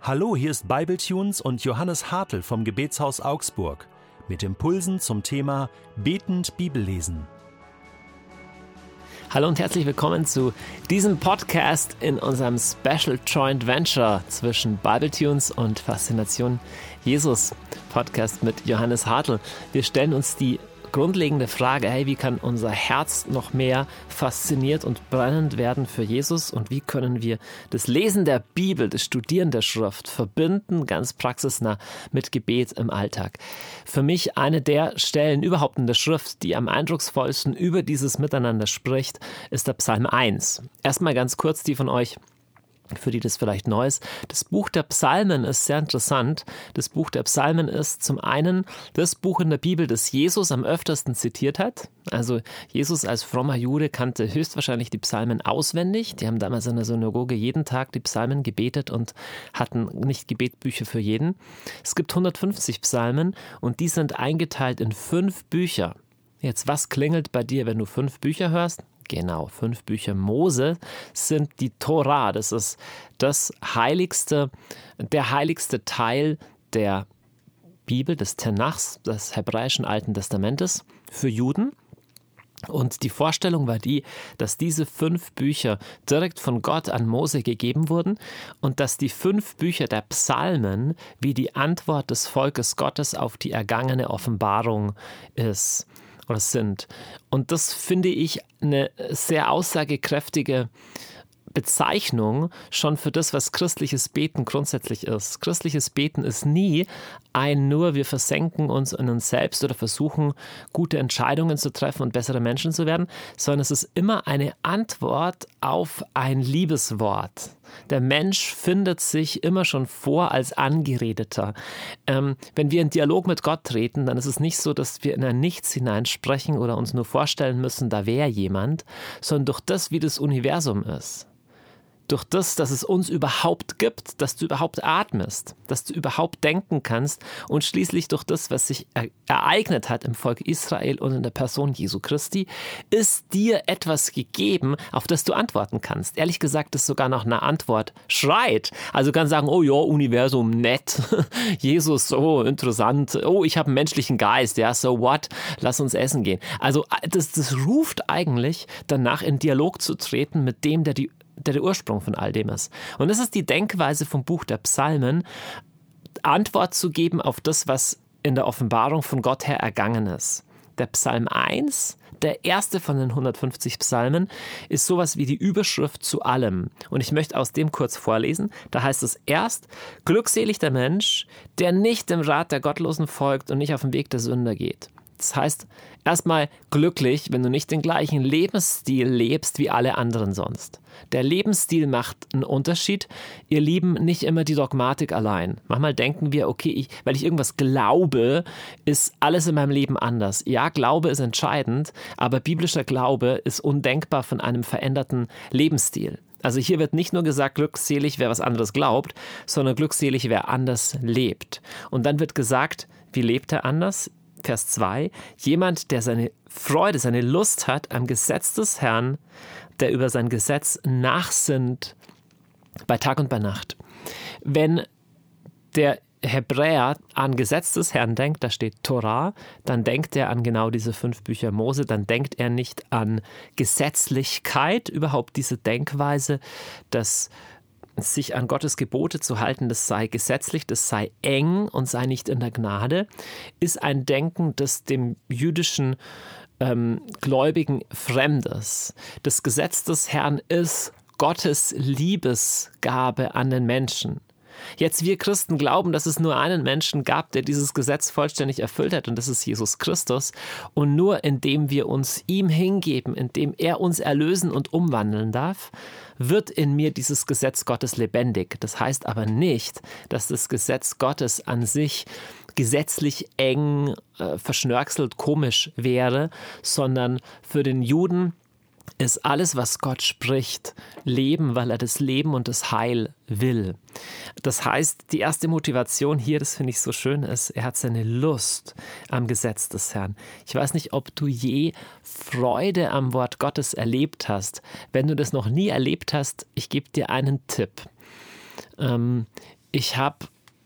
Hallo, hier ist Bibletunes und Johannes Hartl vom Gebetshaus Augsburg mit Impulsen zum Thema Betend Bibellesen. Hallo und herzlich willkommen zu diesem Podcast in unserem Special Joint Venture zwischen Bibletunes und Faszination Jesus Podcast mit Johannes Hartl. Wir stellen uns die grundlegende Frage, wie kann unser Herz noch mehr fasziniert und brennend werden für Jesus und wie können wir das Lesen der Bibel, das Studieren der Schrift verbinden, ganz praxisnah mit Gebet im Alltag. Für mich eine der Stellen überhaupt in der Schrift, die am eindrucksvollsten über dieses Miteinander spricht, ist der Psalm 1. Erstmal ganz kurz die von euch, für die das vielleicht neu ist. Das Buch der Psalmen ist sehr interessant. Das Buch der Psalmen ist zum einen das Buch in der Bibel, das Jesus am öftersten zitiert hat. Also Jesus als frommer Jude kannte höchstwahrscheinlich die Psalmen auswendig. Die haben damals in der Synagoge jeden Tag die Psalmen gebetet und hatten nicht Gebetbücher für jeden. Es gibt 150 Psalmen und die sind eingeteilt in 5 Bücher. Jetzt, was klingelt bei dir, wenn du 5 Bücher hörst? Genau, 5 Bücher Mose sind die Tora. Das ist der heiligste Teil der Bibel, des Tenachs, des hebräischen Alten Testamentes für Juden. Und die Vorstellung war die, dass diese 5 Bücher direkt von Gott an Mose gegeben wurden und dass die 5 Bücher der Psalmen wie die Antwort des Volkes Gottes auf die ergangene Offenbarung ist. Oder sind. Und das finde ich eine sehr aussagekräftige Bezeichnung schon für das, was christliches Beten grundsätzlich ist. Christliches Beten ist nie nur wir versenken uns in uns selbst oder versuchen, gute Entscheidungen zu treffen und bessere Menschen zu werden, sondern es ist immer eine Antwort auf ein Liebeswort. Der Mensch findet sich immer schon vor als Angeredeter. Wenn wir in Dialog mit Gott treten, dann ist es nicht so, dass wir in ein Nichts hineinsprechen oder uns nur vorstellen müssen, da wäre jemand, sondern durch das, wie das Universum ist. Durch das, dass es uns überhaupt gibt, dass du überhaupt atmest, dass du überhaupt denken kannst und schließlich durch das, was sich ereignet hat im Volk Israel und in der Person Jesu Christi, ist dir etwas gegeben, auf das du antworten kannst. Ehrlich gesagt, das sogar nach einer Antwort schreit. Also du kannst sagen, oh ja, Universum, nett, Jesus, oh, interessant, oh, ich habe einen menschlichen Geist, ja, so what, lass uns essen gehen. Also das ruft eigentlich danach in Dialog zu treten mit dem, der Ursprung von all dem ist. Und das ist die Denkweise vom Buch der Psalmen, Antwort zu geben auf das, was in der Offenbarung von Gott her ergangen ist. Der Psalm 1, der erste von den 150 Psalmen, ist sowas wie die Überschrift zu allem. Und ich möchte aus dem kurz vorlesen. Da heißt es erst, glückselig der Mensch, der nicht dem Rat der Gottlosen folgt und nicht auf den Weg der Sünder geht. Das heißt, erstmal glücklich, wenn du nicht den gleichen Lebensstil lebst wie alle anderen sonst. Der Lebensstil macht einen Unterschied. Ihr Lieben, nicht immer die Dogmatik allein. Manchmal denken wir, okay, weil ich irgendwas glaube, ist alles in meinem Leben anders. Ja, Glaube ist entscheidend, aber biblischer Glaube ist undenkbar von einem veränderten Lebensstil. Also hier wird nicht nur gesagt, glückselig, wer was anderes glaubt, sondern glückselig, wer anders lebt. Und dann wird gesagt, wie lebt er anders? Vers 2, jemand, der seine Freude, seine Lust hat am Gesetz des Herrn, der über sein Gesetz nachsinnt bei Tag und bei Nacht. Wenn der Hebräer an Gesetz des Herrn denkt, da steht Torah, dann denkt er an genau diese 5 Bücher Mose, dann denkt er nicht an Gesetzlichkeit, überhaupt diese Denkweise, dass sich an Gottes Gebote zu halten, das sei gesetzlich, das sei eng und sei nicht in der Gnade, ist ein Denken, das dem jüdischen Gläubigen fremd ist. Das Gesetz des Herrn ist Gottes Liebesgabe an den Menschen. Jetzt, wir Christen glauben, dass es nur einen Menschen gab, der dieses Gesetz vollständig erfüllt hat, und das ist Jesus Christus. Und nur indem wir uns ihm hingeben, indem er uns erlösen und umwandeln darf, wird in mir dieses Gesetz Gottes lebendig. Das heißt aber nicht, dass das Gesetz Gottes an sich gesetzlich eng, verschnörkelt, komisch wäre, sondern für den Juden ist alles, was Gott spricht, Leben, weil er das Leben und das Heil will. Das heißt, die erste Motivation hier, das finde ich so schön, ist, er hat seine Lust am Gesetz des Herrn. Ich weiß nicht, ob du je Freude am Wort Gottes erlebt hast. Wenn du das noch nie erlebt hast, ich gebe dir einen Tipp. Ich habe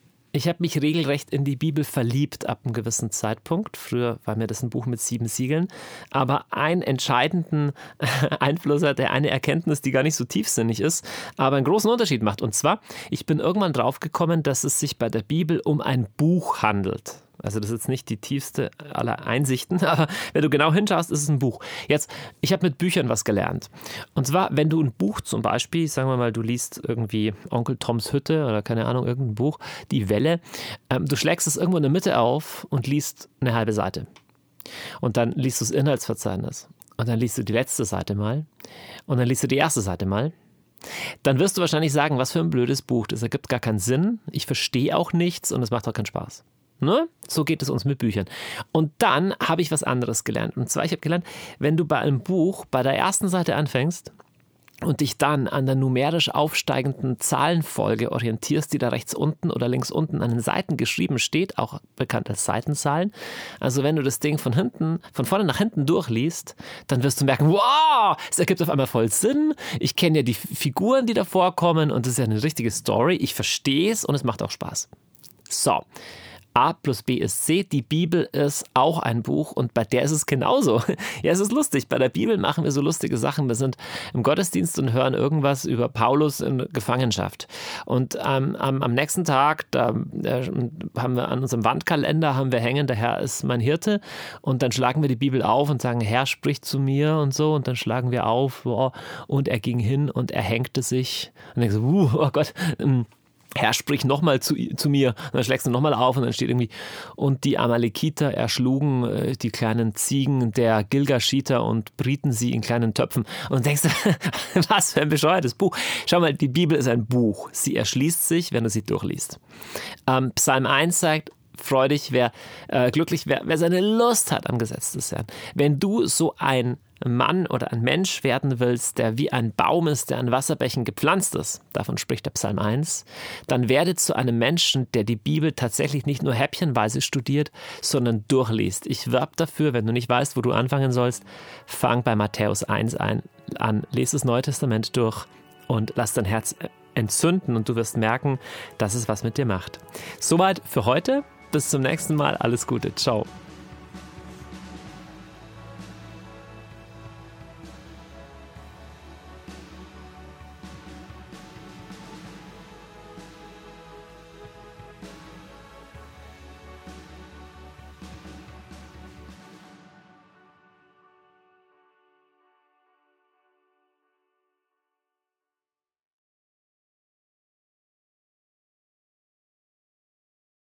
mich regelrecht in die Bibel verliebt ab einem gewissen Zeitpunkt. Früher war mir das ein Buch mit 7 Siegeln. Aber einen entscheidenden Einfluss hat eine Erkenntnis, die gar nicht so tiefsinnig ist, aber einen großen Unterschied macht. Und zwar, ich bin irgendwann draufgekommen, dass es sich bei der Bibel um ein Buch handelt. Also das ist jetzt nicht die tiefste aller Einsichten, aber wenn du genau hinschaust, ist es ein Buch. Jetzt, ich habe mit Büchern was gelernt. Und zwar, wenn du ein Buch zum Beispiel, sagen wir mal, du liest irgendwie Onkel Toms Hütte oder keine Ahnung, irgendein Buch, Die Welle, du schlägst es irgendwo in der Mitte auf und liest eine halbe Seite. Und dann liest du das Inhaltsverzeichnis. Und dann liest du die letzte Seite mal. Und dann liest du die erste Seite mal. Dann wirst du wahrscheinlich sagen, was für ein blödes Buch. Das ergibt gar keinen Sinn. Ich verstehe auch nichts und es macht auch keinen Spaß. Ne? So geht es uns mit Büchern. Und dann habe ich was anderes gelernt. Und zwar, ich habe gelernt, wenn du bei einem Buch bei der ersten Seite anfängst und dich dann an der numerisch aufsteigenden Zahlenfolge orientierst, die da rechts unten oder links unten an den Seiten geschrieben steht, auch bekannt als Seitenzahlen. Also wenn du das Ding von vorne nach hinten durchliest, dann wirst du merken, wow, es ergibt auf einmal voll Sinn. Ich kenne ja die Figuren, die da vorkommen und es ist ja eine richtige Story. Ich verstehe es und es macht auch Spaß. So. A plus B ist C. Die Bibel ist auch ein Buch und bei der ist es genauso. Ja, es ist lustig. Bei der Bibel machen wir so lustige Sachen. Wir sind im Gottesdienst und hören irgendwas über Paulus in Gefangenschaft. Und am nächsten Tag, da haben wir an unserem Wandkalender hängen, der Herr ist mein Hirte. Und dann schlagen wir die Bibel auf und sagen, Herr spricht zu mir und so. Und dann schlagen wir auf, und er ging hin und er hängte sich. Und ich so, oh Gott, Herr, sprich nochmal zu mir. Und dann schlägst du nochmal auf und dann steht irgendwie, und die Amalekiter erschlugen die kleinen Ziegen der Gilgaschiter und brieten sie in kleinen Töpfen. Und dann denkst du, was für ein bescheuertes Buch. Schau mal, die Bibel ist ein Buch. Sie erschließt sich, wenn du sie durchliest. Psalm 1 sagt, freudig, glücklich, wer seine Lust hat am Gesetz des Herrn. Wenn du so ein Mann oder ein Mensch werden willst, der wie ein Baum ist, der an Wasserbächen gepflanzt ist, davon spricht der Psalm 1, dann werde zu einem Menschen, der die Bibel tatsächlich nicht nur häppchenweise studiert, sondern durchliest. Ich werbe dafür, wenn du nicht weißt, wo du anfangen sollst, fang bei Matthäus 1 an, lese das Neue Testament durch und lass dein Herz entzünden und du wirst merken, dass es was mit dir macht. Soweit für heute. Bis zum nächsten Mal. Alles Gute. Ciao.